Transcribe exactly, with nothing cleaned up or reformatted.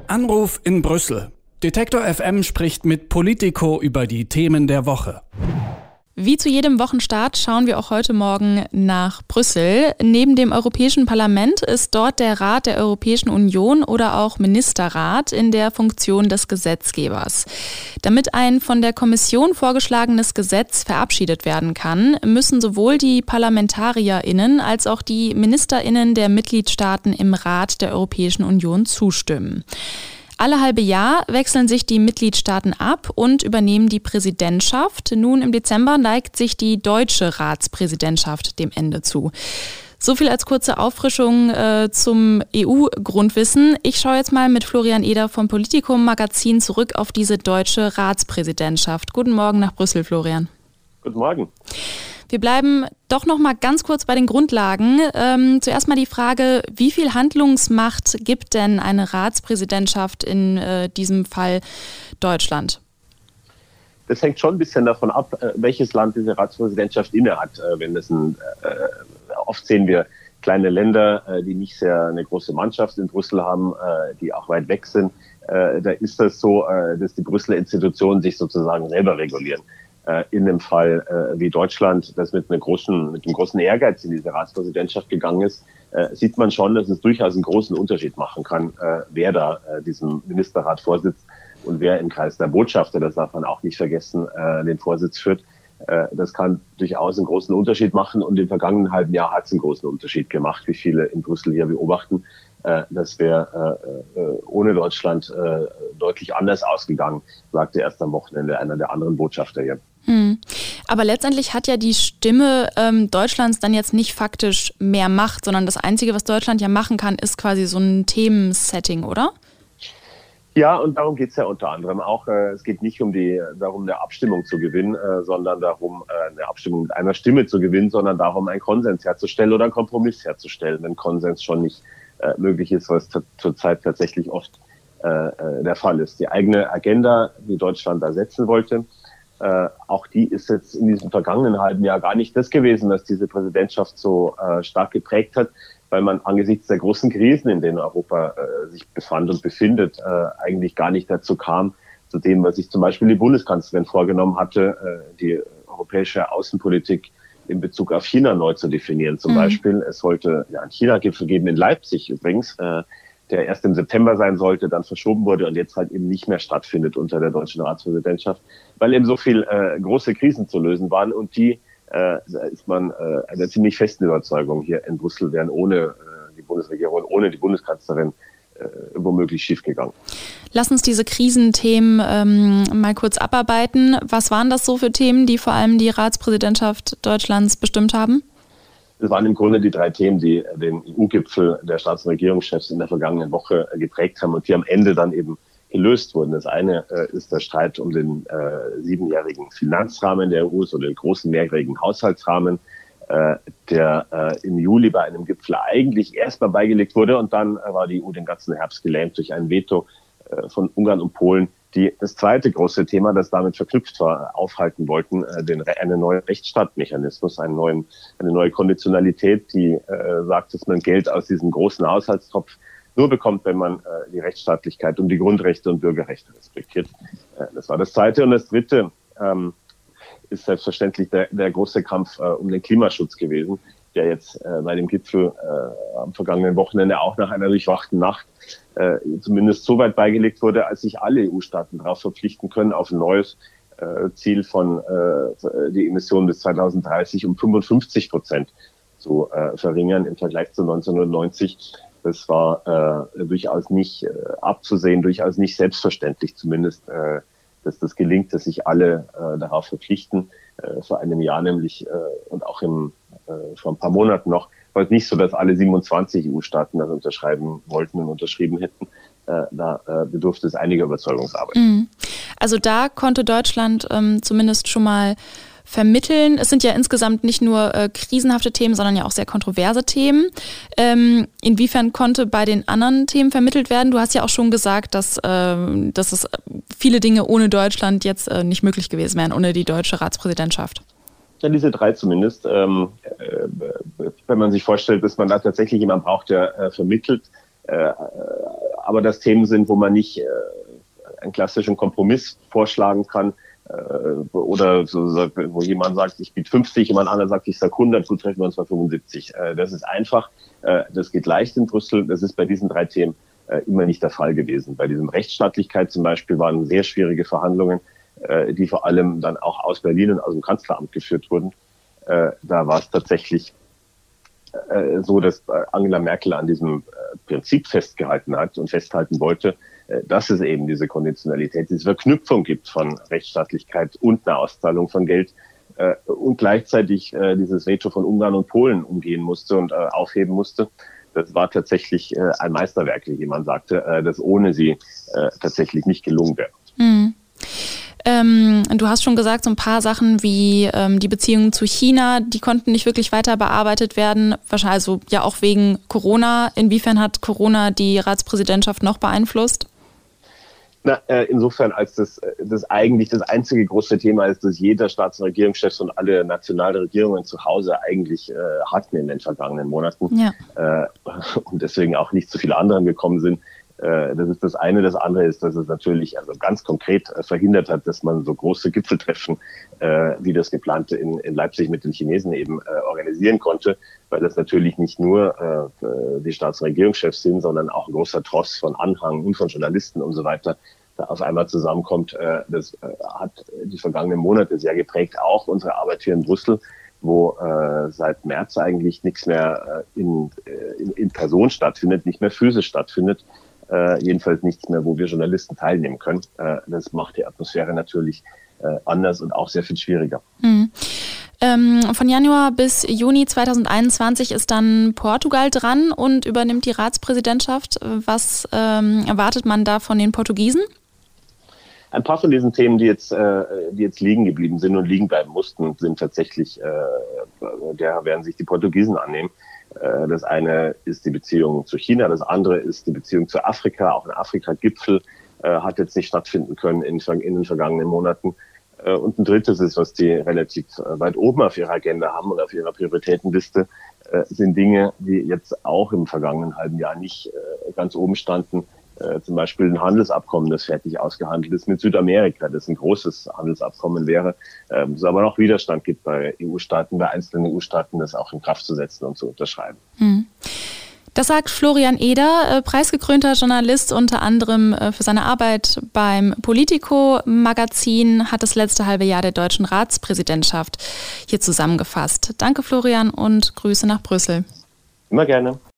Anruf in Brüssel. Detektor F M spricht mit Politico über die Themen der Woche. Wie zu jedem Wochenstart schauen wir auch heute Morgen nach Brüssel. Neben dem Europäischen Parlament ist dort der Rat der Europäischen Union oder auch Ministerrat in der Funktion des Gesetzgebers. Damit ein von der Kommission vorgeschlagenes Gesetz verabschiedet werden kann, müssen sowohl die ParlamentarierInnen als auch die MinisterInnen der Mitgliedstaaten im Rat der Europäischen Union zustimmen. Alle halbe Jahr wechseln sich die Mitgliedstaaten ab und übernehmen die Präsidentschaft. Nun im Dezember neigt sich die deutsche Ratspräsidentschaft dem Ende zu. So viel als kurze Auffrischung äh, zum E U-Grundwissen. Ich schaue jetzt mal mit Florian Eder vom Politico-Magazin zurück auf diese deutsche Ratspräsidentschaft. Guten Morgen nach Brüssel, Florian. Guten Morgen. Wir bleiben doch noch mal ganz kurz bei den Grundlagen. Ähm, zuerst mal die Frage, wie viel Handlungsmacht gibt denn eine Ratspräsidentschaft in äh, diesem Fall Deutschland? Das hängt schon ein bisschen davon ab, welches Land diese Ratspräsidentschaft innehat. Wenn das ein, äh, oft sehen wir kleine Länder, die nicht sehr eine große Mannschaft in Brüssel haben, äh, die auch weit weg sind. Äh, da ist das so, äh, dass die Brüsseler Institutionen sich sozusagen selber regulieren. In dem Fall äh, wie Deutschland, das mit, einer großen, mit einem großen Ehrgeiz in diese Ratspräsidentschaft gegangen ist, äh, sieht man schon, dass es durchaus einen großen Unterschied machen kann, äh, wer da äh, diesem Ministerrat vorsitzt und wer im Kreis der Botschafter, das darf man auch nicht vergessen, äh, den Vorsitz führt. Äh, das kann durchaus einen großen Unterschied machen und im vergangenen halben Jahr hat es einen großen Unterschied gemacht, wie viele in Brüssel hier beobachten. Äh, das wäre äh, äh, ohne Deutschland äh, deutlich anders ausgegangen, sagte erst am Wochenende einer der anderen Botschafter hier. Hm. Aber letztendlich hat ja die Stimme ähm, Deutschlands dann jetzt nicht faktisch mehr Macht, sondern das Einzige, was Deutschland ja machen kann, ist quasi so ein Themensetting, oder? Ja, und darum geht es ja unter anderem auch. Äh, es geht nicht um die darum, eine Abstimmung zu gewinnen, äh, sondern darum, äh, eine Abstimmung mit einer Stimme zu gewinnen, sondern darum, einen Konsens herzustellen oder einen Kompromiss herzustellen, wenn Konsens schon nicht äh, möglich ist, was t- zurzeit tatsächlich oft äh, der Fall ist. Die eigene Agenda, die Deutschland da setzen wollte, Äh, auch die ist jetzt in diesem vergangenen halben Jahr gar nicht das gewesen, was diese Präsidentschaft so äh, stark geprägt hat, weil man angesichts der großen Krisen, in denen Europa äh, sich befand und befindet, äh, eigentlich gar nicht dazu kam, zu dem, was sich zum Beispiel die Bundeskanzlerin vorgenommen hatte, äh, die europäische Außenpolitik in Bezug auf China neu zu definieren. Zum mhm. Beispiel, es sollte ja einen China-Gipfel geben in Leipzig übrigens, äh, der erst im September sein sollte, dann verschoben wurde und jetzt halt eben nicht mehr stattfindet unter der deutschen Ratspräsidentschaft, weil eben so viel äh, große Krisen zu lösen waren und die äh, ist man äh, einer ziemlich festen Überzeugung hier in Brüssel wären ohne äh, die Bundesregierung, ohne die Bundeskanzlerin äh, womöglich schiefgegangen. Lass uns diese Krisenthemen ähm, mal kurz abarbeiten. Was waren das so für Themen, die vor allem die Ratspräsidentschaft Deutschlands bestimmt haben? Das waren im Grunde die drei Themen, die den E U-Gipfel der Staats- und Regierungschefs in der vergangenen Woche geprägt haben und die am Ende dann eben gelöst wurden. Das eine äh, ist der Streit um den äh, siebenjährigen Finanzrahmen der E U, so den großen mehrjährigen Haushaltsrahmen, äh, der äh, im Juli bei einem Gipfel eigentlich erstmal beigelegt wurde und dann äh, war die E U den ganzen Herbst gelähmt durch ein Veto äh, von Ungarn und Polen, die das zweite große Thema, das damit verknüpft war, aufhalten wollten, äh, den, einen neuen Rechtsstaatmechanismus, einen neuen, eine neue Konditionalität, die äh, sagt, dass man Geld aus diesem großen Haushaltstopf nur bekommt, wenn man äh, die Rechtsstaatlichkeit und die Grundrechte und Bürgerrechte respektiert. Äh, das war das zweite. Und das dritte ähm, ist selbstverständlich der, der große Kampf äh, um den Klimaschutz gewesen, der jetzt äh, bei dem Gipfel äh, am vergangenen Wochenende auch nach einer durchwachten Nacht äh, zumindest so weit beigelegt wurde, als sich alle E U-Staaten darauf verpflichten können, auf ein neues äh, Ziel von äh, die Emissionen bis zweitausenddreißig um fünfundfünfzig Prozent zu äh, verringern im Vergleich zu neunzehnhundertneunzig. Das war äh, durchaus nicht äh, abzusehen, durchaus nicht selbstverständlich zumindest, äh, dass das gelingt, dass sich alle äh, darauf verpflichten. Äh, vor einem Jahr nämlich äh, und auch im, äh, vor ein paar Monaten noch, war es nicht so, dass alle siebenundzwanzig E U-Staaten das unterschreiben wollten und unterschrieben hätten. Äh, da äh, bedurfte es einiger Überzeugungsarbeit. Also da konnte Deutschland ähm, zumindest schon mal vermitteln. Es sind ja insgesamt nicht nur äh, krisenhafte Themen, sondern ja auch sehr kontroverse Themen. Ähm, inwiefern konnte bei den anderen Themen vermittelt werden? Du hast ja auch schon gesagt, dass, äh, dass es viele Dinge ohne Deutschland jetzt äh, nicht möglich gewesen wären, ohne die deutsche Ratspräsidentschaft. Ja, diese drei zumindest. Ähm, äh, wenn man sich vorstellt, dass man da tatsächlich jemanden braucht, der äh, vermittelt, äh, aber das Themen sind, wo man nicht äh, einen klassischen Kompromiss vorschlagen kann, äh, oder so, wo jemand sagt, ich biete fünfzig, jemand anderer sagt, ich sage hundert, gut, treffen wir uns bei fünfundsiebzig. Äh, das ist einfach, äh, das geht leicht in Brüssel, das ist bei diesen drei Themen äh, immer nicht der Fall gewesen. Bei diesem Rechtsstaatlichkeit zum Beispiel waren sehr schwierige Verhandlungen, äh, die vor allem dann auch aus Berlin und aus dem Kanzleramt geführt wurden. Äh, da war es tatsächlich äh, so, dass Angela Merkel an diesem äh, Prinzip festgehalten hat und festhalten wollte, dass es eben diese Konditionalität, diese Verknüpfung gibt von Rechtsstaatlichkeit und einer Auszahlung von Geld äh, und gleichzeitig äh, dieses Veto von Ungarn und Polen umgehen musste und äh, aufheben musste. Das war tatsächlich äh, ein Meisterwerk, wie jemand sagte, äh, das ohne sie äh, tatsächlich nicht gelungen wäre. Mhm. Ähm, du hast schon gesagt, so ein paar Sachen wie ähm, die Beziehungen zu China, die konnten nicht wirklich weiter bearbeitet werden, wahrscheinlich also ja auch wegen Corona. Inwiefern hat Corona die Ratspräsidentschaft noch beeinflusst? Na, äh, insofern, als das, das eigentlich das einzige große Thema ist, das jeder Staats- und Regierungschef und alle nationalen Regierungen zu Hause eigentlich äh, hatten in den vergangenen Monaten, ja. äh, und deswegen auch nicht zu viele anderen gekommen sind. Äh, das ist das eine. Das andere ist, dass es natürlich also ganz konkret äh, verhindert hat, dass man so große Gipfeltreffen, äh, wie das geplante in, in Leipzig mit den Chinesen eben äh, organisieren konnte, weil das natürlich nicht nur äh, die Staats- und Regierungschefs sind, sondern auch ein großer Tross von Anhang und von Journalisten und so weiter, da auf einmal zusammenkommt. Äh, das äh, hat die vergangenen Monate sehr geprägt, auch unsere Arbeit hier in Brüssel, wo äh, seit März eigentlich nichts mehr äh, in, äh, in, in Person stattfindet, nicht mehr physisch stattfindet, äh, jedenfalls nichts mehr, wo wir Journalisten teilnehmen können. Äh, das macht die Atmosphäre natürlich äh, anders und auch sehr viel schwieriger. Mhm. Ähm, von Januar bis Juni zweitausendeinundzwanzig ist dann Portugal dran und übernimmt die Ratspräsidentschaft. Was ähm, erwartet man da von den Portugiesen? Ein paar von diesen Themen, die jetzt, äh, die jetzt liegen geblieben sind und liegen bleiben mussten, sind tatsächlich, äh, der werden sich die Portugiesen annehmen. Äh, das eine ist die Beziehung zu China, das andere ist die Beziehung zu Afrika. Auch ein Afrika-Gipfel äh, hat jetzt nicht stattfinden können in, in den vergangenen Monaten. Äh, und ein drittes ist, was die relativ weit oben auf ihrer Agenda haben und auf ihrer Prioritätenliste, äh, sind Dinge, die jetzt auch im vergangenen halben Jahr nicht äh, ganz oben standen. Äh, zum Beispiel ein Handelsabkommen, das fertig ausgehandelt ist mit Südamerika, das ein großes Handelsabkommen wäre, äh, es aber noch Widerstand gibt bei E U-Staaten, bei einzelnen E U-Staaten, das auch in Kraft zu setzen und zu unterschreiben. Hm. Das sagt Florian Eder, äh, preisgekrönter Journalist, unter anderem äh, für seine Arbeit beim Politico-Magazin, hat das letzte halbe Jahr der deutschen Ratspräsidentschaft hier zusammengefasst. Danke Florian und Grüße nach Brüssel. Immer gerne.